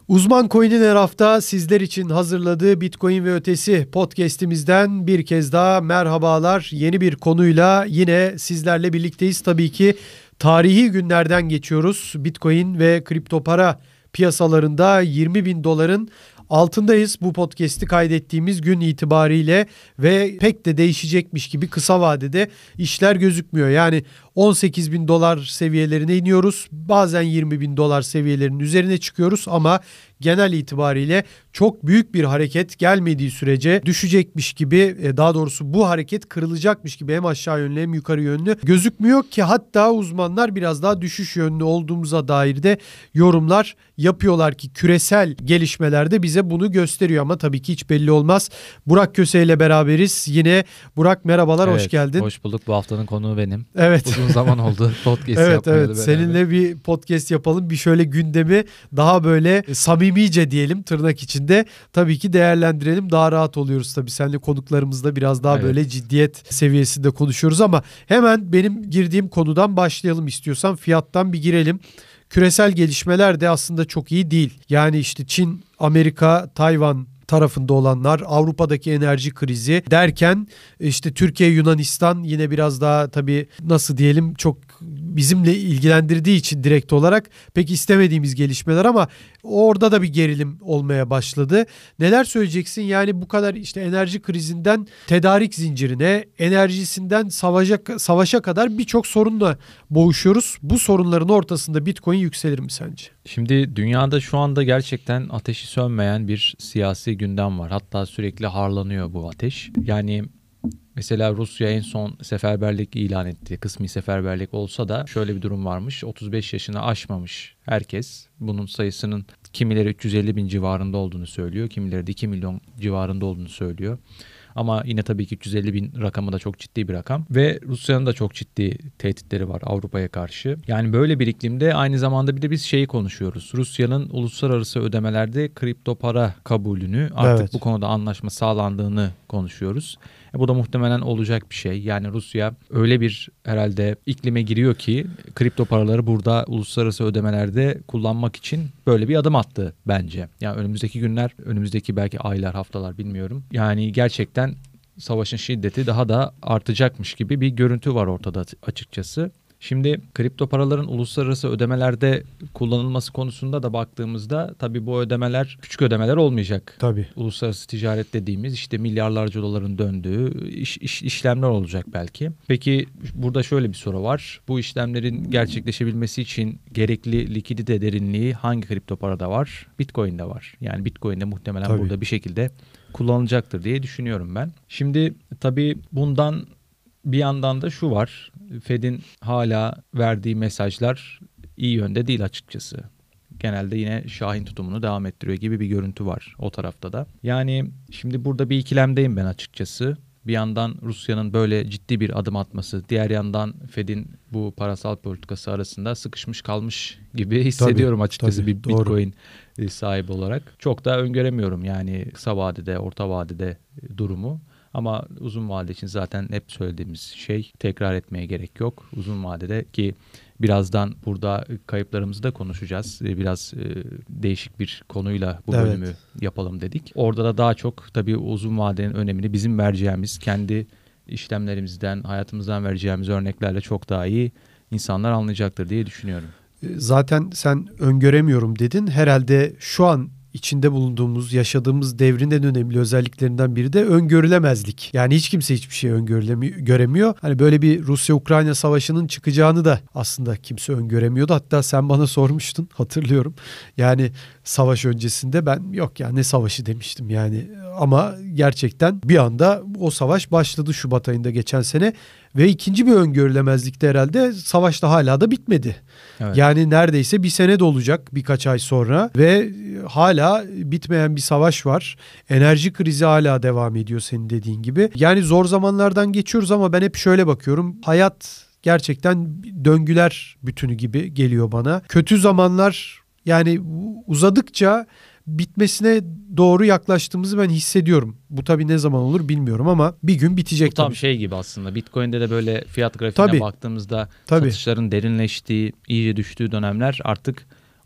Uzman Coin'in her hafta sizler için hazırladığı Bitcoin ve Ötesi podcast'imizden bir kez daha merhabalar. Yeni bir konuyla yine sizlerle birlikteyiz. Tabii ki tarihi günlerden geçiyoruz. Bitcoin ve kripto para piyasalarında 20 bin doların altındayız bu podcast'i kaydettiğimiz gün itibariyle ve pek de değişecekmiş gibi kısa vadede işler gözükmüyor. Yani 18 bin dolar seviyelerine iniyoruz. Bazen 20 bin dolar seviyelerinin üzerine çıkıyoruz ama genel itibariyle çok büyük bir hareket gelmediği sürece düşecekmiş gibi, daha doğrusu bu hareket kırılacakmış gibi hem aşağı yönlü hem yukarı yönlü gözükmüyor ki hatta uzmanlar biraz daha düşüş yönlü olduğumuza dair de yorumlar yapıyorlar ki küresel gelişmeler de bize bunu gösteriyor ama tabii ki hiç belli olmaz. Burak Köse ile beraberiz. Yine Burak merhabalar, evet, hoş geldin. Hoş bulduk. Bu haftanın konuğu benim. Evet. Uzun zaman oldu podcast evet. beraber. Seninle bir podcast yapalım. Bir şöyle gündemi daha böyle samimice diyelim tırnak içinde tabii ki değerlendirelim. Daha rahat oluyoruz tabii. Seninle konuklarımızla biraz daha böyle ciddiyet seviyesinde konuşuyoruz ama hemen benim girdiğim konudan başlayalım istiyorsan. Fiyattan bir girelim. Küresel gelişmeler de aslında çok iyi değil. Yani işte Çin, Amerika, Tayvan tarafında olanlar, Avrupa'daki enerji krizi derken işte Türkiye, Yunanistan yine biraz daha tabii nasıl diyelim çok bizimle ilgilendirdiği için direkt olarak pek istemediğimiz gelişmeler ama orada da bir gerilim olmaya başladı. Neler söyleyeceksin? Yani bu kadar işte enerji krizinden tedarik zincirine, enerjisinden savaşa kadar birçok sorunla boğuşuyoruz. Bu sorunların ortasında Bitcoin yükselir mi sence? Şimdi dünyada şu anda gerçekten ateşi sönmeyen bir siyasi gündem var. Hatta sürekli harlanıyor bu ateş. Yani mesela Rusya en son seferberlik ilan etti. Kısmi seferberlik olsa da şöyle bir durum varmış. 35 yaşını aşmamış herkes. Bunun sayısının kimileri 350 bin civarında olduğunu söylüyor. Kimileri de 2 milyon civarında olduğunu söylüyor. Ama yine tabii ki 350 bin rakamı da çok ciddi bir rakam. Ve Rusya'nın da çok ciddi tehditleri var Avrupa'ya karşı. Yani böyle bir iklimde aynı zamanda bir de biz şeyi konuşuyoruz. Rusya'nın uluslararası ödemelerde kripto para kabulünü artık bu konuda anlaşma sağlandığını konuşuyoruz. Bu da muhtemelen olacak bir şey. Yani Rusya öyle bir herhalde iklime giriyor ki kripto paraları burada uluslararası ödemelerde kullanmak için böyle bir adım attı bence. Yani önümüzdeki günler, önümüzdeki belki aylar, haftalar bilmiyorum. Yani gerçekten savaşın şiddeti daha da artacakmış gibi bir görüntü var ortada açıkçası. Şimdi kripto paraların uluslararası ödemelerde kullanılması konusunda da baktığımızda tabii bu ödemeler küçük ödemeler olmayacak. Tabii. Uluslararası ticaret dediğimiz işte milyarlarca doların döndüğü işlemler olacak belki. Peki burada şöyle bir soru var. Bu işlemlerin gerçekleşebilmesi için gerekli likidite derinliği hangi kripto parada var? Bitcoin'de var. Yani Bitcoin'de muhtemelen burada bir şekilde kullanılacaktır diye düşünüyorum ben. Şimdi tabii bundan bir yandan da şu var. Fed'in hala verdiği mesajlar iyi yönde değil açıkçası. Genelde yine şahin tutumunu devam ettiriyor gibi bir görüntü var o tarafta da. Yani şimdi burada bir ikilemdeyim ben açıkçası. Bir yandan Rusya'nın böyle ciddi bir adım atması, diğer yandan Fed'in bu parasal politikası arasında sıkışmış kalmış gibi hissediyorum açıkçası bir Bitcoin sahibi olarak. Çok da öngöremiyorum yani kısa vadede, orta vadede durumu. Ama uzun vade için zaten hep söylediğimiz şey, tekrar etmeye gerek yok. Uzun vadede ki birazdan burada kayıplarımızı da konuşacağız. Biraz değişik bir konuyla bu bölümü yapalım dedik. Orada da daha çok tabii uzun vadenin önemini bizim vereceğimiz, kendi işlemlerimizden, hayatımızdan vereceğimiz örneklerle çok daha iyi insanlar anlayacaktır diye düşünüyorum. Zaten sen öngöremiyorum dedin. Herhalde şu an içinde bulunduğumuz, yaşadığımız devrin en önemli özelliklerinden biri de öngörülemezlik. Yani hiç kimse hiçbir şey göremiyor. Hani böyle bir Rusya-Ukrayna savaşının çıkacağını da aslında kimse öngöremiyordu. Hatta sen bana sormuştun, hatırlıyorum. Yani savaş öncesinde ben yok ya ne savaşı demiştim yani. Ama gerçekten bir anda o savaş başladı Şubat ayında geçen sene. Ve ikinci bir öngörülemezlikte herhalde savaş da hala da bitmedi. Evet. Yani neredeyse bir sene de olacak birkaç ay sonra ve hala bitmeyen bir savaş var. Enerji krizi hala devam ediyor senin dediğin gibi. Yani zor zamanlardan geçiyoruz ama ben hep şöyle bakıyorum. Hayat gerçekten döngüler bütünü gibi geliyor bana. Kötü zamanlar yani uzadıkça bitmesine doğru yaklaştığımızı ben hissediyorum. Bu tabii ne zaman olur bilmiyorum ama bir gün bitecek. Bu tam şey gibi aslında. Bitcoin'de de böyle fiyat grafiğine baktığımızda satışların derinleştiği, iyice düştüğü dönemler artık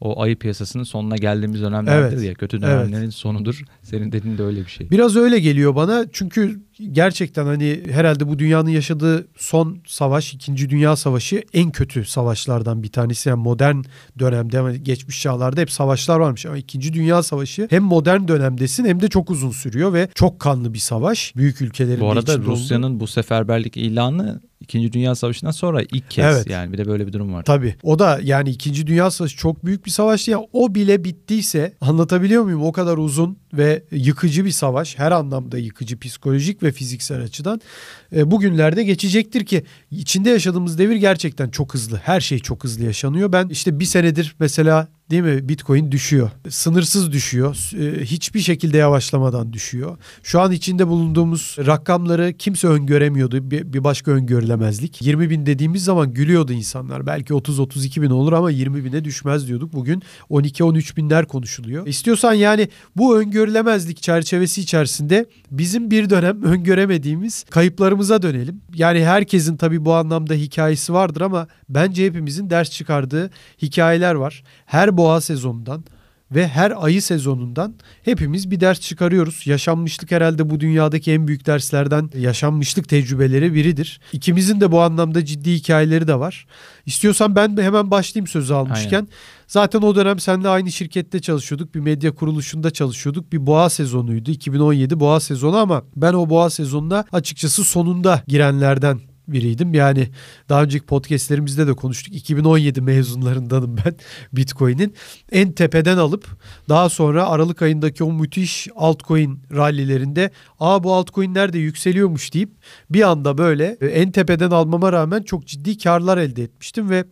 o ayı piyasasının sonuna geldiğimiz dönemlerdir Evet. ya, kötü dönemlerin sonudur. Senin dediğin de öyle bir şey. Biraz öyle geliyor bana çünkü gerçekten hani herhalde bu dünyanın yaşadığı son savaş, 2. Dünya Savaşı en kötü savaşlardan bir tanesi. Yani modern dönemde ama geçmiş çağlarda hep savaşlar varmış ama 2. Dünya Savaşı hem modern dönemdesin hem de çok uzun sürüyor ve çok kanlı bir savaş. Büyük ülkelerin Bu arada içinde Rusya'nın olduğu. bu seferberlik ilanı 2. Dünya Savaşı'ndan sonra ilk kez, Evet. yani bir de böyle bir durum var. Tabii. O da yani 2. Dünya Savaşı çok büyük bir savaştı. Yani o bile bittiyse, anlatabiliyor muyum? O kadar uzun ve yıkıcı bir savaş. Her anlamda yıkıcı, psikolojik ve fiziksel açıdan. Bugünlerde geçecektir ki içinde yaşadığımız devir gerçekten çok hızlı. Her şey çok hızlı yaşanıyor. Ben işte bir senedir mesela, değil mi, Bitcoin düşüyor. Sınırsız düşüyor. Hiçbir şekilde yavaşlamadan düşüyor. Şu an içinde bulunduğumuz rakamları kimse öngöremiyordu. Bir başka öngörülemezlik. 20 bin dediğimiz zaman gülüyordu insanlar. Belki 30-32 bin olur ama 20 bine düşmez diyorduk. Bugün 12-13 binler konuşuluyor. İstiyorsan yani bu öngörülemezlik çerçevesi içerisinde bizim bir dönem öngöremediğimiz kayıplarımıza dönelim. Yani herkesin tabii bu anlamda hikayesi vardır ama bence hepimizin ders çıkardığı hikayeler var. Her boğa sezonundan ve her ayı sezonundan hepimiz bir ders çıkarıyoruz. Yaşanmışlık herhalde bu dünyadaki en büyük derslerden, yaşanmışlık tecrübeleri biridir. İkimizin de bu anlamda ciddi hikayeleri de var. İstiyorsan ben de hemen başlayayım sözü almışken. Aynen. Zaten o dönem seninle aynı şirkette çalışıyorduk. Bir medya kuruluşunda çalışıyorduk. Bir boğa sezonuydu. 2017 boğa sezonu ama ben o boğa sezonuna açıkçası sonunda girenlerden biriydim. Yani daha önceki podcastlerimizde de konuştuk. 2017 mezunlarındanım ben Bitcoin'in. En tepeden alıp daha sonra Aralık ayındaki o müthiş altcoin rallilerinde bu altcoin'ler de yükseliyormuş deyip bir anda böyle en tepeden almama rağmen çok ciddi karlar elde etmiştim ve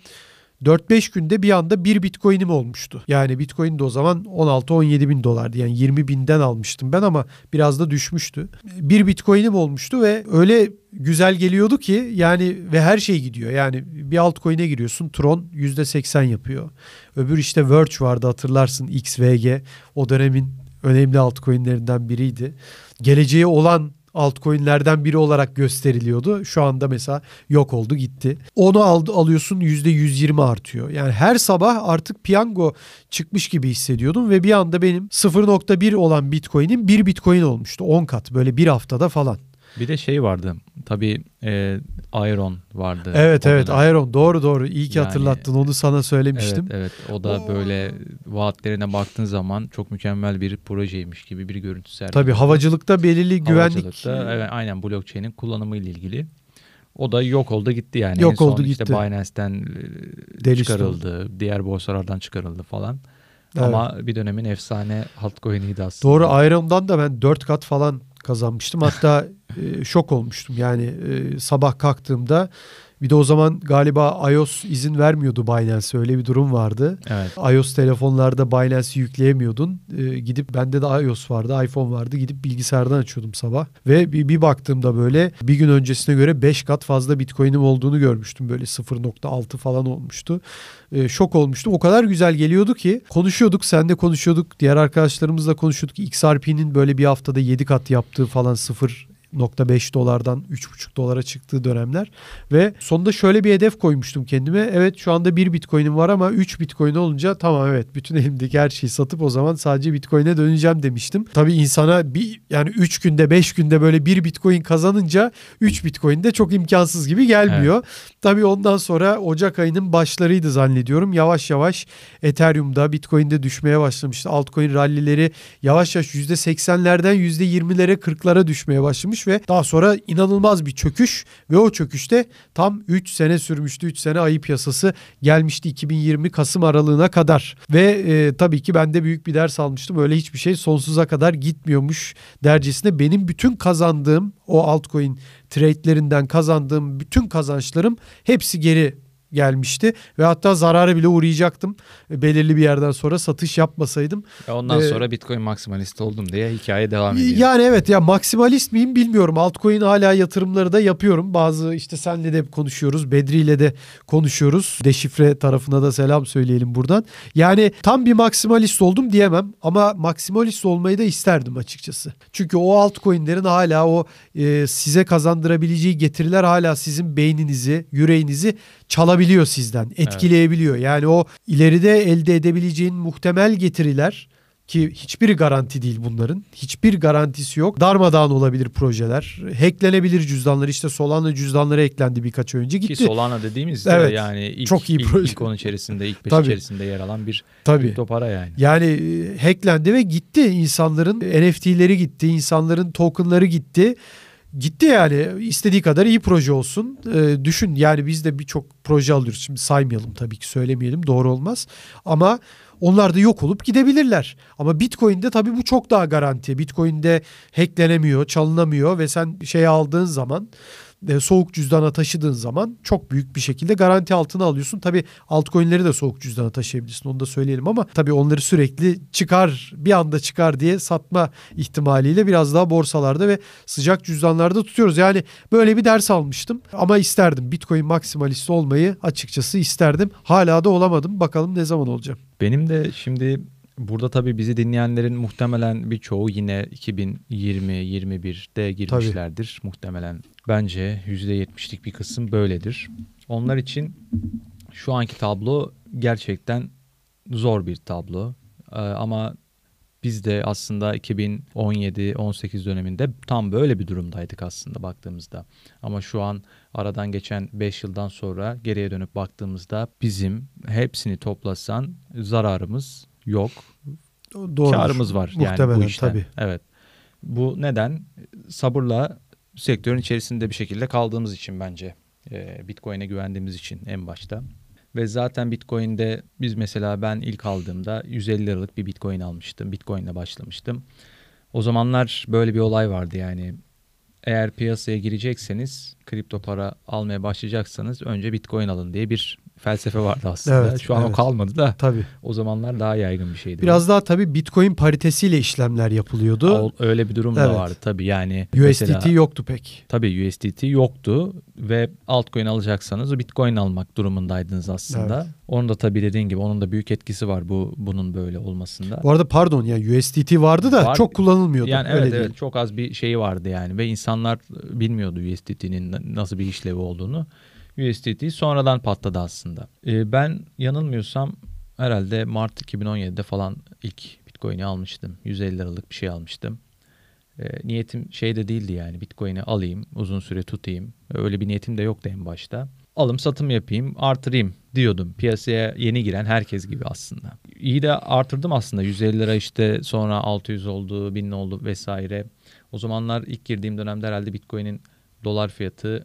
4-5 günde bir anda bir Bitcoin'im olmuştu. Yani Bitcoin de o zaman 16-17 bin dolardı. Yani 20 binden almıştım ben ama biraz da düşmüştü. Bir Bitcoin'im olmuştu ve öyle güzel geliyordu ki yani ve her şey gidiyor. Yani bir altcoin'e giriyorsun, Tron %80 yapıyor. Öbür işte Verge vardı, hatırlarsın, XVG. O dönemin önemli altcoin'lerinden biriydi. Geleceği olan altcoin'lerden biri olarak gösteriliyordu. Şu anda mesela yok oldu, gitti. Onu alıyorsun, %120 artıyor. Yani her sabah artık piyango çıkmış gibi hissediyordum ve bir anda benim 0.1 olan Bitcoin'im 1 Bitcoin olmuştu. 10 kat böyle bir haftada falan. Bir de şey vardı tabii, Iron vardı. Evet o dönem. Iron, doğru iyi ki Yani, hatırlattın, onu sana söylemiştim. Evet, o da böyle vaatlerine baktığın zaman çok mükemmel bir projeymiş gibi bir görüntü sergiliyor. Tabii havacılıkta belirli güvenlik. Havacılıkta, evet, aynen blockchain'in kullanımı ile ilgili. O da yok oldu gitti yani. Yok en son oldu işte gitti. Binance'ten çıkarıldı, diğer borsalardan çıkarıldı falan. Evet. Ama bir dönemin efsane altcoin'iydi aslında. Doğru, Iron'dan da ben 4 kat falan kazanmıştım. Hatta şok olmuştum yani sabah kalktığımda. Bir de o zaman galiba iOS izin vermiyordu Binance. Öyle bir durum vardı. Evet. iOS telefonlarda Binance'i yükleyemiyordun. Gidip, bende de iOS vardı, iPhone vardı. Gidip bilgisayardan açıyordum sabah. Ve bir baktığımda böyle bir gün öncesine göre 5 kat fazla Bitcoin'im olduğunu görmüştüm. Böyle 0.6 falan olmuştu. Şok olmuştum. O kadar güzel geliyordu ki konuşuyorduk. Seninle konuşuyorduk. Diğer arkadaşlarımızla konuşuyorduk. XRP'nin böyle bir haftada 7 kat yaptığı falan, 0.5 dolardan 3.5 dolara çıktığı dönemler ve sonunda şöyle bir hedef koymuştum kendime. Evet, şu anda 1 Bitcoin'im var ama 3 Bitcoin olunca tamam, evet, bütün elimdeki her şeyi satıp o zaman sadece Bitcoin'e döneceğim demiştim. Tabii insana yani 3 günde 5 günde böyle 1 Bitcoin kazanınca 3 Bitcoin de çok imkansız gibi gelmiyor. Evet. Tabii ondan sonra Ocak ayının başlarıydı zannediyorum. Yavaş yavaş Ethereum'da, Bitcoin'de düşmeye başlamıştı. Altcoin rallileri yavaş yavaş %80'lerden %20'lere 40'lara düşmeye başlamış ve daha sonra inanılmaz bir çöküş ve o çöküşte tam 3 sene sürmüştü. 3 sene ayı piyasası gelmişti 2020 Kasım aralığına kadar ve tabii ki ben de büyük bir ders almıştım. Öyle hiçbir şey sonsuza kadar gitmiyormuş dercesine benim bütün kazandığım, o altcoin trade'lerinden kazandığım bütün kazançlarım hepsi geri gelmişti ve hatta zarara bile uğrayacaktım belirli bir yerden sonra satış yapmasaydım. Ondan sonra Bitcoin maksimalist oldum diye hikaye devam ediyor. Yani evet, ya maksimalist miyim bilmiyorum. Altcoin hala yatırımları da yapıyorum. Bazı işte senle de konuşuyoruz. Bedri ile de konuşuyoruz. Deşifre tarafına da selam söyleyelim buradan. Yani tam bir maksimalist oldum diyemem ama maksimalist olmayı da isterdim açıkçası. Çünkü o altcoin'lerin hala o size kazandırabileceği getiriler hala sizin beyninizi, yüreğinizi çalabilir alabiliyor sizden, etkileyebiliyor. Yani o ileride elde edebileceğin muhtemel getiriler, ki hiçbiri garanti değil bunların. Hiçbir garantisi yok. Darmadağın olabilir projeler. Hacklenebilir cüzdanlar. İşte Solana cüzdanları eklendi birkaç ay önce. Gitti. Ki Solana dediğimiz evet, yani çok iyi proje. ilk 10 içerisinde, ilk 5 Tabii. içerisinde yer alan bir Tabii. kripto para yani. Yani hacklendi ve gitti. İnsanların NFT'leri gitti. İnsanların tokenları gitti. Gitti yani. İstediği kadar iyi proje olsun. Düşün yani biz de birçok proje alıyoruz. Şimdi saymayalım tabii ki, söylemeyelim. Doğru olmaz. Ama onlar da yok olup gidebilirler. Ama Bitcoin'de tabii bu çok daha garanti. Bitcoin'de hacklenemiyor, çalınamıyor ve sen şey aldığın zaman, soğuk cüzdana taşıdığın zaman çok büyük bir şekilde garanti altına alıyorsun. Tabii altcoin'leri de soğuk cüzdana taşıyabilirsin, onu da söyleyelim, ama tabii onları sürekli çıkar, bir anda çıkar diye satma ihtimaliyle biraz daha borsalarda ve sıcak cüzdanlarda tutuyoruz. Yani böyle bir ders almıştım ama isterdim. Bitcoin maksimalisti olmayı açıkçası isterdim. Hala da olamadım. Bakalım ne zaman olacağım. Benim de şimdi burada tabii bizi dinleyenlerin muhtemelen birçoğu yine 2020-21'de girmişlerdir muhtemelen. Bence %70'lik bir kısım böyledir. Onlar için şu anki tablo gerçekten zor bir tablo. Ama biz de aslında 2017-18 döneminde tam böyle bir durumdaydık aslında baktığımızda. Ama şu an aradan geçen 5 yıldan sonra geriye dönüp baktığımızda bizim hepsini toplasan zararımız yok. Doğrudur. Karımız var muhtemelen, yani bu işten. Tabii. Evet. Bu neden? Sabırla sektörün içerisinde bir şekilde kaldığımız için bence. Bitcoin'e güvendiğimiz için en başta. Ve zaten Bitcoin'de biz mesela ben ilk aldığımda 150 liralık bir Bitcoin almıştım. Bitcoin'le başlamıştım. O zamanlar böyle bir olay vardı yani. Eğer piyasaya girecekseniz, kripto para almaya başlayacaksanız önce Bitcoin alın diye bir felsefe vardı aslında. Evet, Şu an o kalmadı da. Tabii. O zamanlar daha yaygın bir şeydi. Biraz daha tabii Bitcoin paritesiyle işlemler yapılıyordu. Öyle bir durum da vardı tabii yani. USDT mesela, yoktu pek. Tabii USDT yoktu ve altcoin alacaksanız Bitcoin almak durumundaydınız aslında. Evet. Onun da tabii dediğin gibi onun da büyük etkisi var bunun böyle olmasında. Bu arada pardon ya, USDT vardı da çok kullanılmıyordu. Yani öyle evet çok az bir şeyi vardı yani ve insanlar bilmiyordu USDT'nin nasıl bir işlevi olduğunu. USDT sonradan patladı aslında. Ben yanılmıyorsam herhalde Mart 2017'de falan ilk Bitcoin'i almıştım. 150 liralık bir şey almıştım. Niyetim şey de değildi yani Bitcoin'i alayım, uzun süre tutayım. Öyle bir niyetim de yoktu en başta. Alım satım yapayım, artırayım diyordum. Piyasaya yeni giren herkes gibi aslında. İyi de artırdım aslında. 150 lira işte sonra 600 oldu, 1000 oldu vesaire. O zamanlar ilk girdiğim dönemde herhalde Bitcoin'in dolar fiyatı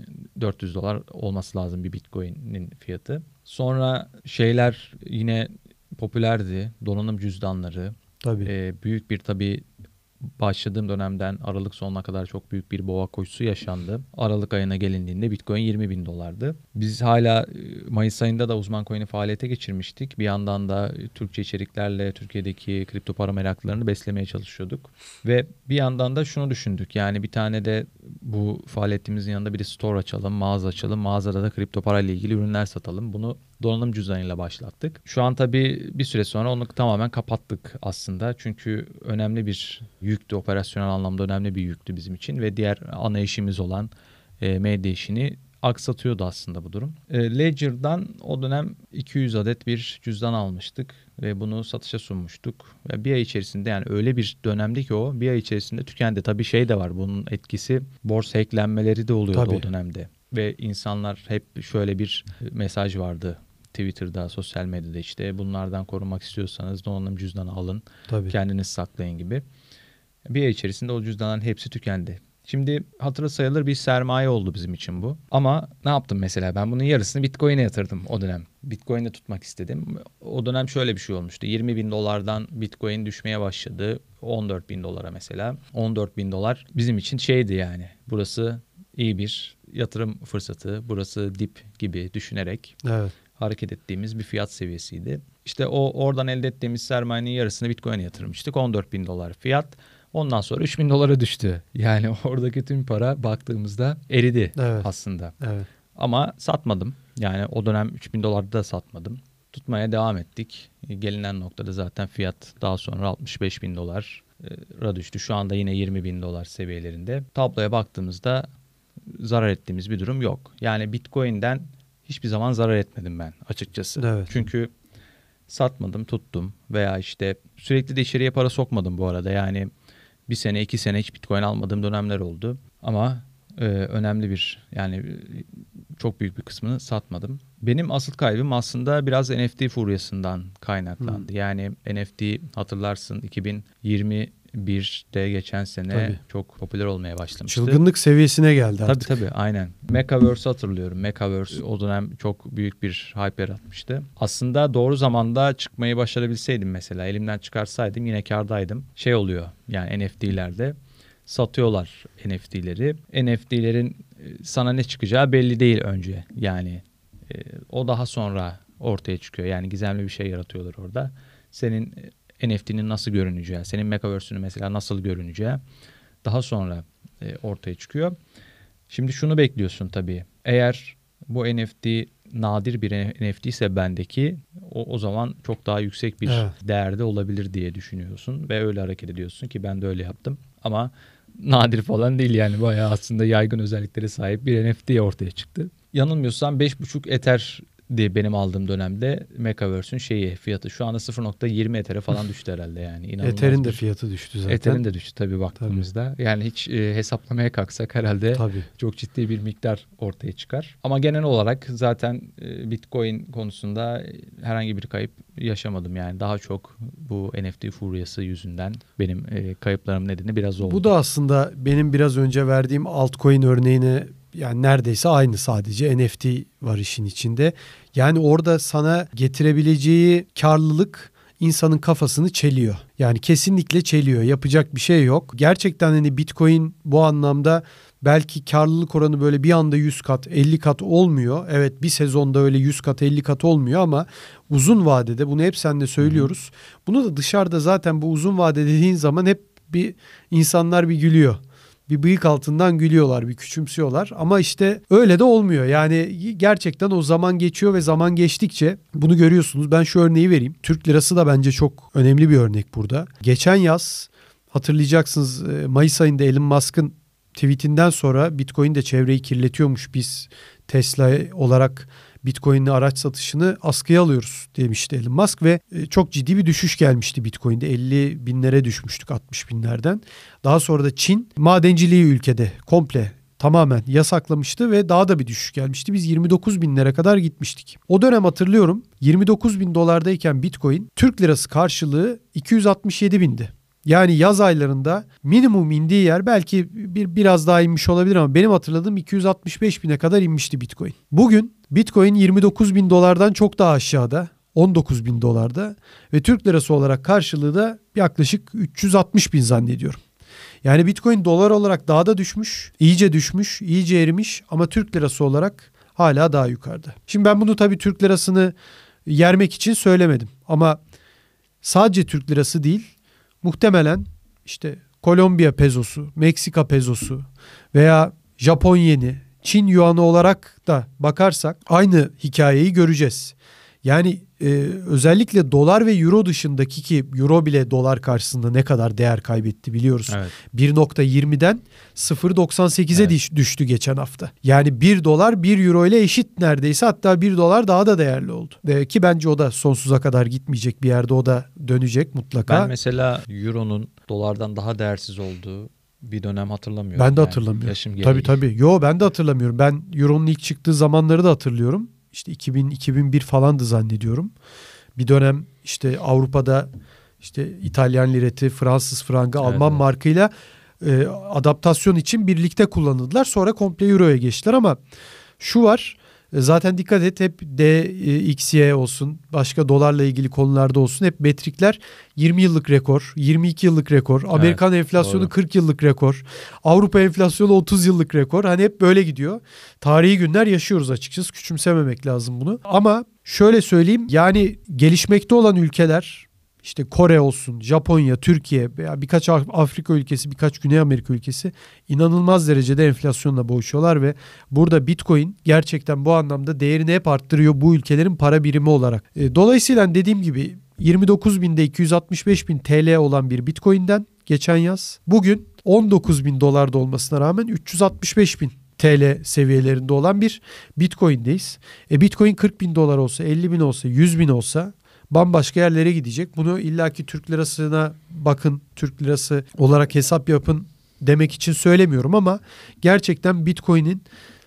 1400 dolar olması lazım bir Bitcoin'in fiyatı. Sonra şeyler yine popülerdi. Donanım cüzdanları. Tabii. Büyük bir tabii başladığım dönemden Aralık sonuna kadar çok büyük bir boğa koşusu yaşandı. Aralık ayına gelindiğinde Bitcoin 20 bin dolardı. Biz hala Mayıs ayında da uzman coin'i faaliyete geçirmiştik. Bir yandan da Türkçe içeriklerle Türkiye'deki kripto para meraklılarını beslemeye çalışıyorduk. Ve bir yandan da şunu düşündük. Yani bir tane de bu faaliyetimizin yanında bir de store açalım, mağaza açalım. Mağazada da kripto para ile ilgili ürünler satalım. Bunu donanım cüzdanıyla başlattık. Şu an tabii bir süre sonra onu tamamen kapattık aslında. Çünkü önemli bir yüktü, operasyonel anlamda önemli bir yüktü bizim için ve diğer ana işimiz olan medya işini aksatıyordu aslında bu durum. Ledger'dan o dönem 200 adet bir cüzdan almıştık ve bunu satışa sunmuştuk. Ve bir ay içerisinde yani öyle bir dönemdi ki o bir ay içerisinde tükendi. Tabii şey de var, bunun etkisi borsa hacklenmeleri de oluyordu Tabii. o dönemde. Ve insanlar hep şöyle bir mesaj vardı Twitter'da, sosyal medyada işte bunlardan korunmak istiyorsanız donanım cüzdanı alın, Tabii. kendiniz saklayın gibi. Bir ay içerisinde o cüzdanların hepsi tükendi. Şimdi hatırı sayılır bir sermaye oldu bizim için bu. Ama ne yaptım mesela? Ben bunun yarısını Bitcoin'e yatırdım o dönem. Bitcoin'de tutmak istedim. O dönem şöyle bir şey olmuştu. 20 bin dolardan Bitcoin düşmeye başladı. 14 bin dolara mesela. 14 bin dolar bizim için şeydi yani. Burası iyi bir yatırım fırsatı. Burası dip gibi düşünerek hareket ettiğimiz bir fiyat seviyesiydi. İşte oradan elde ettiğimiz sermayenin yarısını Bitcoin'e yatırmıştık. 14 bin dolar fiyat. Ondan sonra 3 bin dolara düştü. Yani oradaki tüm para baktığımızda eridi aslında. Evet. Ama satmadım. Yani o dönem 3 bin dolarda da satmadım. Tutmaya devam ettik. Gelinen noktada zaten fiyat daha sonra 65 bin dolara düştü. Şu anda yine 20 bin dolar seviyelerinde. Tabloya baktığımızda zarar ettiğimiz bir durum yok. Yani Bitcoin'den hiçbir zaman zarar etmedim ben açıkçası. Evet. Çünkü satmadım, tuttum veya işte sürekli de içeriye para sokmadım bu arada. Yani bir sene, 2 sene hiç Bitcoin almadığım dönemler oldu. Ama önemli bir, yani çok büyük bir kısmını satmadım. Benim asıl kaybım aslında biraz NFT furyasından kaynaklandı. Yani NFT, hatırlarsın, 2021'de geçen sene Tabii. çok popüler olmaya başlamıştı. Çılgınlık seviyesine geldi artık. Tabii aynen. Metaverse'ü hatırlıyorum. Metaverse o dönem çok büyük bir hype yaratmıştı. Aslında doğru zamanda çıkmayı başarabilseydim, mesela elimden çıkarsaydım yine kârdaydım. Şey oluyor yani, NFT'lerde satıyorlar NFT'leri. NFT'lerin sana ne çıkacağı belli değil önce. Yani o daha sonra ortaya çıkıyor. Yani gizemli bir şey yaratıyorlar orada. Senin NFT'nin nasıl görüneceği, senin Metaverse'ünün mesela nasıl görüneceği daha sonra ortaya çıkıyor. Şimdi şunu bekliyorsun tabii. Eğer bu NFT nadir bir NFT ise bendeki, o zaman çok daha yüksek bir değerde olabilir diye düşünüyorsun ve öyle hareket ediyorsun ki ben de öyle yaptım. Ama nadir falan değil yani, bayağı aslında yaygın özelliklere sahip bir NFT ortaya çıktı. Yanılmıyorsam 5,5 Ether diye benim aldığım dönemde Metaverse'ün fiyatı şu anda 0,20 Ether'e falan düştü herhalde yani. Ether'in de fiyatı düştü zaten. Ether'in de düştü tabii baktığımızda. Tabii. Yani hiç hesaplamaya kalksak herhalde çok ciddi bir miktar ortaya çıkar. Ama genel olarak zaten Bitcoin konusunda herhangi bir kayıp yaşamadım. Yani daha çok bu NFT furyası yüzünden benim kayıplarım nedeni biraz oldu. Bu da aslında benim biraz önce verdiğim altcoin örneğine yani neredeyse aynı, sadece NFT var işin içinde. Yani orada sana getirebileceği karlılık insanın kafasını çeliyor. Yani kesinlikle çeliyor. Yapacak bir şey yok. Gerçekten hani Bitcoin bu anlamda belki karlılık oranı böyle bir anda 100 kat, 50 kat olmuyor. Evet, bir sezonda öyle 100 kat, 50 kat olmuyor ama uzun vadede, bunu hep seninle söylüyoruz. Bunu da dışarıda zaten bu uzun vade dediğin zaman hep bir insanlar bir gülüyor. Bir bıyık altından gülüyorlar, bir küçümsüyorlar ama işte öyle de olmuyor. Yani gerçekten o zaman geçiyor ve zaman geçtikçe bunu görüyorsunuz. Ben şu örneği vereyim. Türk lirası da bence çok önemli bir örnek burada. Geçen yaz hatırlayacaksınız, Mayıs ayında Elon Musk'ın tweetinden sonra Bitcoin de çevreyi kirletiyormuş. Biz Tesla olarak Bitcoin'li araç satışını askıya alıyoruz demişti Elon Musk ve çok ciddi bir düşüş gelmişti Bitcoin'de. 50 binlere düşmüştük 60 binlerden. Daha sonra da Çin madenciliği ülkede komple tamamen yasaklamıştı ve daha da bir düşüş gelmişti. Biz 29 binlere kadar gitmiştik. O dönem hatırlıyorum, 29 bin dolardayken Bitcoin Türk lirası karşılığı 267 bindi. Yani yaz aylarında minimum indiği yer belki biraz daha inmiş olabilir ama benim hatırladığım 265 bine kadar inmişti Bitcoin. Bugün Bitcoin 29 bin dolardan çok daha aşağıda, 19 bin dolarda ve Türk lirası olarak karşılığı da yaklaşık 360 bin zannediyorum. Yani Bitcoin dolar olarak daha da düşmüş, iyice erimiş ama Türk lirası olarak hala daha yukarıda. Şimdi ben bunu tabii Türk lirasını yermek için söylemedim ama sadece Türk lirası değil, muhtemelen işte Kolombiya pezosu, Meksika pezosu veya Japon yeni, Çin yuanı olarak da bakarsak aynı hikayeyi göreceğiz. Yani özellikle dolar ve euro dışındaki, ki euro bile dolar karşısında ne kadar değer kaybetti biliyoruz. Evet. 1.20'den 0.98'e düştü geçen hafta. Yani 1 dolar 1 euro ile eşit neredeyse, hatta 1 dolar daha da değerli oldu. Ki bence o da sonsuza kadar gitmeyecek, bir yerde o da dönecek mutlaka. Ben mesela euronun dolardan daha değersiz olduğu bir dönem hatırlamıyorum. Ben de hatırlamıyorum. Yaşım gereği. Tabii. Yo, ben de hatırlamıyorum. Ben euronun ilk çıktığı zamanları da hatırlıyorum. İşte 2000-2001 falandı zannediyorum. Bir dönem işte Avrupa'da işte İtalyan lireti, Fransız frangı, Alman markıyla adaptasyon için birlikte kullanıldılar. Sonra komple euroya geçtiler ama şu var, zaten dikkat et, hep DXY olsun, başka dolarla ilgili konularda olsun, hep metrikler 20 yıllık rekor, 22 yıllık rekor, Amerikan enflasyonu doğru. 40 yıllık rekor, Avrupa enflasyonu 30 yıllık rekor. Hani hep böyle gidiyor. Tarihi günler yaşıyoruz açıkçası. Küçümsememek lazım bunu. Ama şöyle söyleyeyim, yani gelişmekte olan ülkeler, İşte Kore olsun, Japonya, Türkiye veya birkaç Afrika ülkesi, birkaç Güney Amerika ülkesi inanılmaz derecede enflasyonla boğuşuyorlar ve burada Bitcoin gerçekten bu anlamda değerini hep arttırıyor bu ülkelerin para birimi olarak. Dolayısıyla dediğim gibi 29 binde 265 bin TL olan bir Bitcoin'den geçen yaz bugün 19 bin dolarda olmasına rağmen 365 bin TL seviyelerinde olan bir Bitcoin'deyiz. Bitcoin 40 bin dolar olsa, 50 bin olsa, 100 bin olsa bambaşka yerlere gidecek. Bunu illaki Türk lirasına bakın, Türk lirası olarak hesap yapın demek için söylemiyorum ama gerçekten Bitcoin'in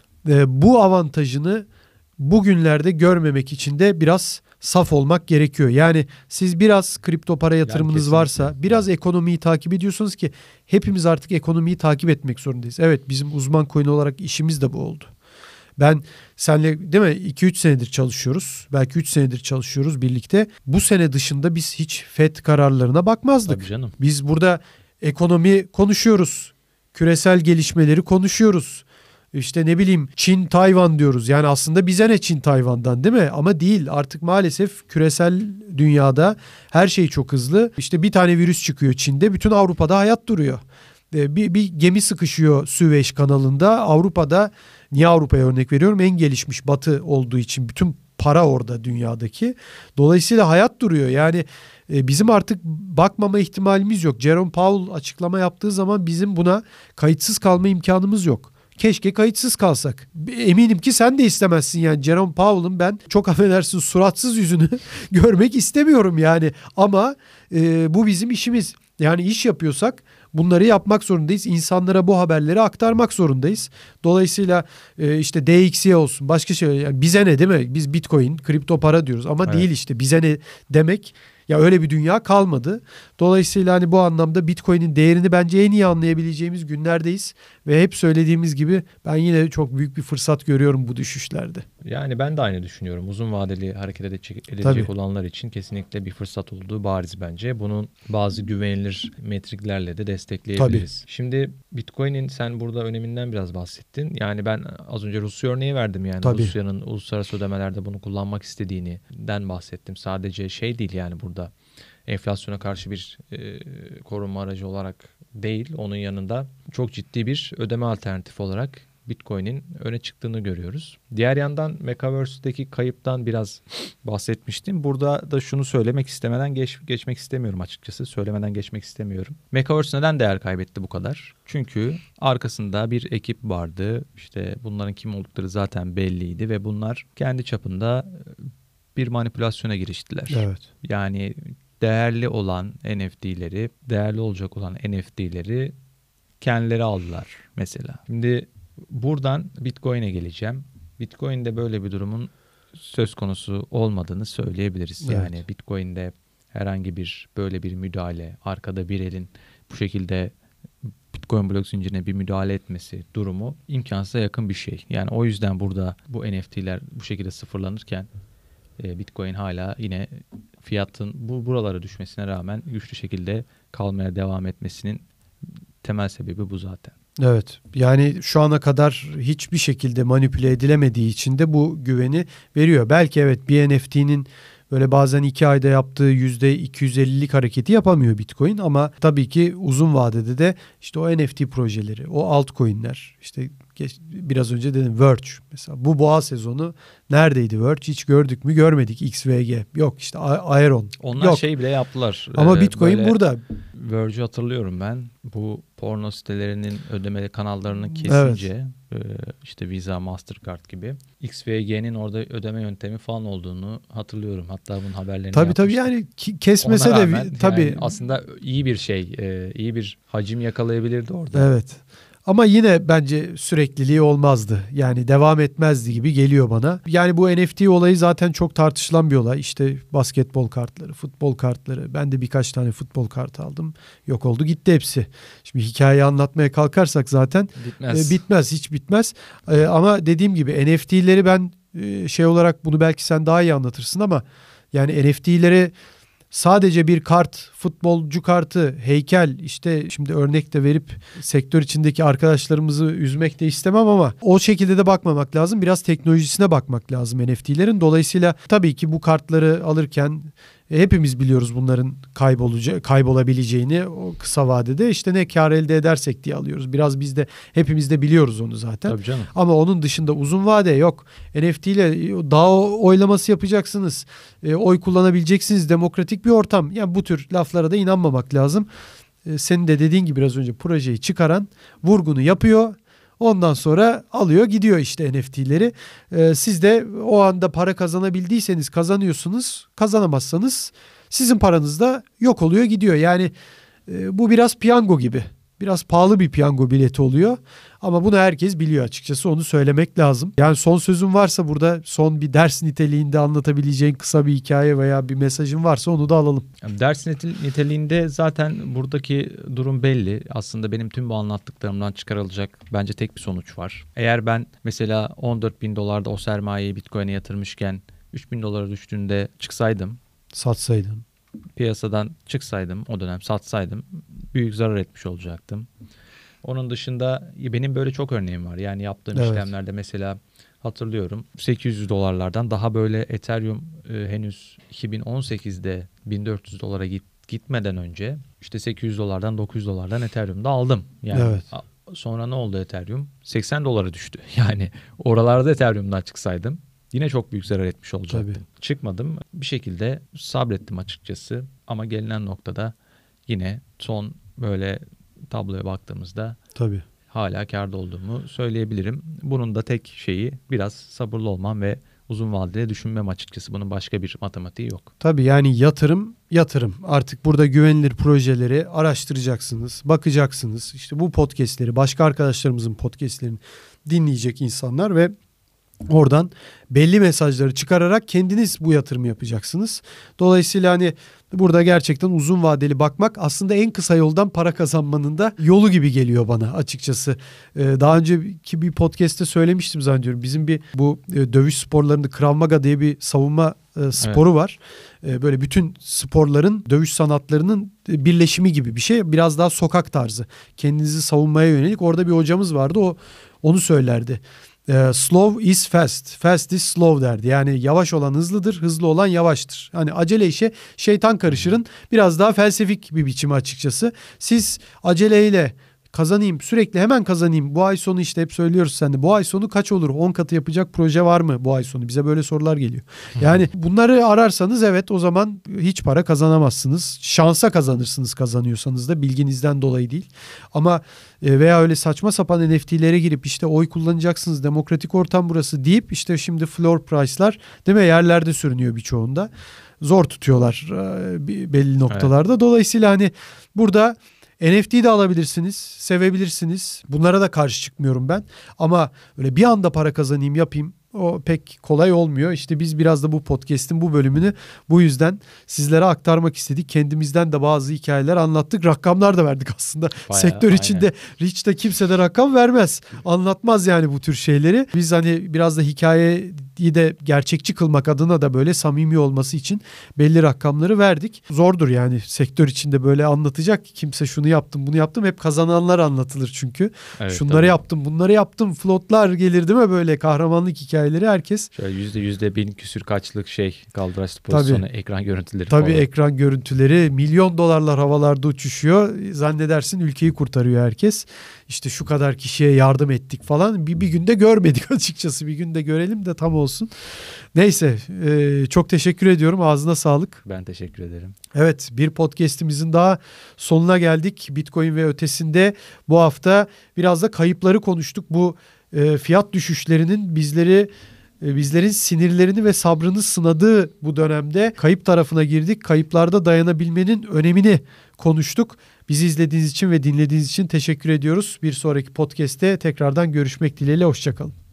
bu avantajını bugünlerde görmemek için de biraz saf olmak gerekiyor. Yani siz biraz kripto para yatırımınız varsa, biraz ekonomiyi takip ediyorsunuz ki hepimiz artık ekonomiyi takip etmek zorundayız. Evet, bizim uzman coin olarak işimiz de bu oldu. Ben senle değil mi 2-3 senedir çalışıyoruz. Belki 3 senedir çalışıyoruz birlikte. Bu sene dışında biz hiç FED kararlarına bakmazdık. Tabii canım. Biz burada ekonomi konuşuyoruz. Küresel gelişmeleri konuşuyoruz. İşte ne bileyim Çin, Tayvan diyoruz. Yani aslında bize ne Çin, Tayvan'dan değil mi? Ama değil. Artık maalesef küresel dünyada her şey çok hızlı. İşte bir tane virüs çıkıyor Çin'de. Bütün Avrupa'da hayat duruyor. Bir gemi sıkışıyor Süveyş kanalında. Avrupa'da, niye Avrupa'ya örnek veriyorum? En gelişmiş batı olduğu için bütün para orada dünyadaki. Dolayısıyla hayat duruyor. Yani bizim artık bakmama ihtimalimiz yok. Jerome Powell açıklama yaptığı zaman bizim buna kayıtsız kalma imkanımız yok. Keşke kayıtsız kalsak. Eminim ki sen de istemezsin yani. Jerome Powell'ın ben çok affedersin suratsız yüzünü görmek istemiyorum yani. Ama bu bizim işimiz. Yani iş yapıyorsak bunları yapmak zorundayız. İnsanlara bu haberleri aktarmak zorundayız. Dolayısıyla işte DXY olsun başka şey. Yani bize ne değil mi? Biz Bitcoin, kripto para diyoruz ama değil işte. Bize ne demek? Ya öyle bir dünya kalmadı. Dolayısıyla hani bu anlamda Bitcoin'in değerini bence en iyi anlayabileceğimiz günlerdeyiz. Ve hep söylediğimiz gibi ben yine çok büyük bir fırsat görüyorum bu düşüşlerde. Yani ben de aynı düşünüyorum. Uzun vadeli hareket edecek Tabii. olanlar için kesinlikle bir fırsat olduğu bariz bence. Bunun bazı güvenilir metriklerle de destekleyebiliriz. Tabii. Şimdi Bitcoin'in sen burada öneminden biraz bahsettin. Yani ben az önce Rusya örneği verdim yani. Tabii. Rusya'nın uluslararası ödemelerde bunu kullanmak istediğinden bahsettim. Sadece şey değil yani burada enflasyona karşı bir korunma aracı olarak değil. Onun yanında çok ciddi bir ödeme alternatifi olarak Bitcoin'in öne çıktığını görüyoruz. Diğer yandan Metaverse'deki kayıptan biraz bahsetmiştim. Burada da şunu söylemek istemeden geçmek istemiyorum açıkçası. Söylemeden geçmek istemiyorum. Metaverse neden değer kaybetti bu kadar? Çünkü arkasında bir ekip vardı. İşte bunların kim oldukları zaten belliydi ve bunlar kendi çapında bir manipülasyona giriştiler. Evet. Yani değerli olan NFT'leri, değerli olacak olan NFT'leri kendileri aldılar mesela. Şimdi buradan Bitcoin'e geleceğim. Bitcoin'de böyle bir durumun söz konusu olmadığını söyleyebiliriz. Evet. Yani Bitcoin'de herhangi bir böyle bir müdahale, arkada bir elin bu şekilde Bitcoin blok zincirine bir müdahale etmesi durumu imkansıza yakın bir şey. Yani o yüzden burada bu NFT'ler bu şekilde sıfırlanırken Bitcoin hala yine fiyatın buralara düşmesine rağmen güçlü şekilde kalmaya devam etmesinin temel sebebi bu zaten. Evet, yani şu ana kadar hiçbir şekilde manipüle edilemediği için de bu güveni veriyor. Belki evet bir NFT'nin böyle bazen 2 ayda yaptığı %250'lik hareketi yapamıyor Bitcoin ama tabii ki uzun vadede de işte o NFT projeleri, o altcoin'ler, işte biraz önce dedim Verge mesela, bu boğa sezonu neredeydi Verge? Hiç gördük mü? Görmedik. XVG yok, işte Aeron onlar yok. Şey bile yaptılar. Ama Bitcoin burada. Verge'ü hatırlıyorum ben. Bu porno sitelerinin ödemeli kanallarını kesince işte Visa, Mastercard gibi XVG'nin orada ödeme yöntemi falan olduğunu hatırlıyorum. Hatta bunun haberlerini tabii yapmıştık. Yani kesmese de tabii yani aslında iyi bir şey, iyi bir hacim yakalayabilirdi orada. Evet. Ama yine bence sürekliliği olmazdı. Yani devam etmezdi gibi geliyor bana. Yani bu NFT olayı zaten çok tartışılan bir olay. İşte basketbol kartları, futbol kartları. Ben de birkaç tane futbol kartı aldım. Yok oldu gitti hepsi. Şimdi hikayeyi anlatmaya kalkarsak zaten bitmez, hiç bitmez. Ama dediğim gibi NFT'leri ben şey olarak, bunu belki sen daha iyi anlatırsın ama yani NFT'leri sadece bir kart, futbolcu kartı, heykel, işte şimdi örnek de verip sektör içindeki arkadaşlarımızı üzmek de istemem ama o şekilde de bakmamak lazım. Biraz teknolojisine bakmak lazım NFT'lerin. Dolayısıyla tabii ki bu kartları alırken hepimiz biliyoruz bunların kaybolabileceğini o kısa vadede, işte ne kar elde edersek diye alıyoruz. Biraz biz de hepimiz de biliyoruz onu zaten. Tabii canım. Ama onun dışında uzun vade yok. NFT ile DAO oylaması yapacaksınız. Oy kullanabileceksiniz. Demokratik bir ortam. Yani bu tür laflara da inanmamak lazım. Senin de dediğin gibi biraz önce projeyi çıkaran vurgunu yapıyor. Ondan sonra alıyor gidiyor işte NFT'leri. Siz de o anda para kazanabildiyseniz kazanıyorsunuz. Kazanamazsanız sizin paranız da yok oluyor gidiyor. Yani bu biraz piyango gibi. Biraz pahalı bir piyango bileti oluyor. Ama bunu herkes biliyor açıkçası. Onu söylemek lazım. Yani son sözün varsa burada son bir ders niteliğinde anlatabileceğin kısa bir hikaye veya bir mesajın varsa onu da alalım. Ders niteliğinde zaten buradaki durum belli. Aslında benim tüm bu anlattıklarımdan çıkarılacak bence tek bir sonuç var. Eğer ben mesela $14.000 o sermayeyi Bitcoin'e yatırmışken $3.000 düştüğünde çıksaydım, Satsaydın. piyasadan çıksaydım, o dönem satsaydım büyük zarar etmiş olacaktım. Onun dışında benim böyle çok örneğim var. Yani yaptığım işlemlerde mesela hatırlıyorum $800'lardan daha böyle Ethereum henüz 2018'de $1.400 gitmeden önce işte $800'dan $900'dan Ethereum'da aldım. Yani sonra ne oldu Ethereum? $80 düştü. Yani oralarda Ethereum'dan çıksaydım yine çok büyük zarar etmiş olacaktım. Tabii. Çıkmadım. Bir şekilde sabrettim açıkçası. Ama gelinen noktada yine son böyle tabloya baktığımızda hala kârda olduğumu söyleyebilirim. Bunun da tek şeyi biraz sabırlı olmam ve uzun vadede düşünmem açıkçası. Bunun başka bir matematiği yok. Tabii yani yatırım. Artık burada güvenilir projeleri araştıracaksınız, bakacaksınız. İşte bu podcastleri, başka arkadaşlarımızın podcastlerini dinleyecek insanlar ve oradan belli mesajları çıkararak kendiniz bu yatırımı yapacaksınız. Dolayısıyla hani burada gerçekten uzun vadeli bakmak aslında en kısa yoldan para kazanmanın da yolu gibi geliyor bana açıkçası. Daha önceki bir podcast'te söylemiştim zannediyorum. Bizim bir bu dövüş sporlarında Krav Maga diye bir savunma sporu var. Böyle bütün sporların, dövüş sanatlarının birleşimi gibi bir şey. Biraz daha sokak tarzı. Kendinizi savunmaya yönelik. Orada bir hocamız vardı. Onu söylerdi. Slow is fast, fast is slow derdi. Yani yavaş olan hızlıdır, hızlı olan yavaştır. Hani acele işe şeytan karışırın biraz daha felsefik bir biçimi açıkçası. Siz aceleyle kazanayım, sürekli hemen kazanayım. Bu ay sonu işte hep söylüyoruz sen de. Bu ay sonu kaç olur? 10 katı yapacak proje var mı bu ay sonu? Bize böyle sorular geliyor. Yani bunları ararsanız evet o zaman hiç para kazanamazsınız. Şansa kazanırsınız kazanıyorsanız da bilginizden dolayı değil. Ama veya öyle saçma sapan NFT'lere girip işte oy kullanacaksınız, demokratik ortam burası deyip işte şimdi floor price'lar değil mi yerlerde sürünüyor birçoğunda. Zor tutuyorlar belli noktalarda. Evet. Dolayısıyla hani burada NFT'yi de alabilirsiniz, sevebilirsiniz. Bunlara da karşı çıkmıyorum ben. Ama öyle bir anda para kazanayım, yapayım o pek kolay olmuyor. İşte biz biraz da bu podcast'in bu bölümünü bu yüzden sizlere aktarmak istedik. Kendimizden de bazı hikayeler anlattık. Rakamlar da verdik aslında. Bayağı, sektör içinde Rich'te kimse de rakam vermez. Anlatmaz yani bu tür şeyleri. Biz hani biraz da hikayeyi de gerçekçi kılmak adına da böyle samimi olması için belli rakamları verdik. Zordur yani sektör içinde böyle anlatacak. Kimse şunu yaptım, bunu yaptım. Hep kazananlar anlatılır çünkü. Evet, şunları yaptım, bunları yaptım. Floatlar gelir değil mi böyle kahramanlık hikayeleri herkes. Şöyle %1000 küsür kaçlık kaldıraçlı pozisyonu, ekran görüntüleri falan. Ekran görüntüleri milyon dolarlar havalarda uçuşuyor. Zannedersin ülkeyi kurtarıyor herkes. İşte şu kadar kişiye yardım ettik falan. Bir günde görmedik açıkçası. Bir günde görelim de tam olsun. Neyse çok teşekkür ediyorum. Ağzına sağlık. Ben teşekkür ederim. Evet bir podcast'imizin daha sonuna geldik. Bitcoin ve ötesinde bu hafta biraz da kayıpları konuştuk. Bu fiyat düşüşlerinin bizlerin sinirlerini ve sabrını sınadığı bu dönemde kayıp tarafına girdik. Kayıplarda dayanabilmenin önemini konuştuk. Bizi izlediğiniz için ve dinlediğiniz için teşekkür ediyoruz. Bir sonraki podcast'te tekrardan görüşmek dileğiyle. Hoşça kalın.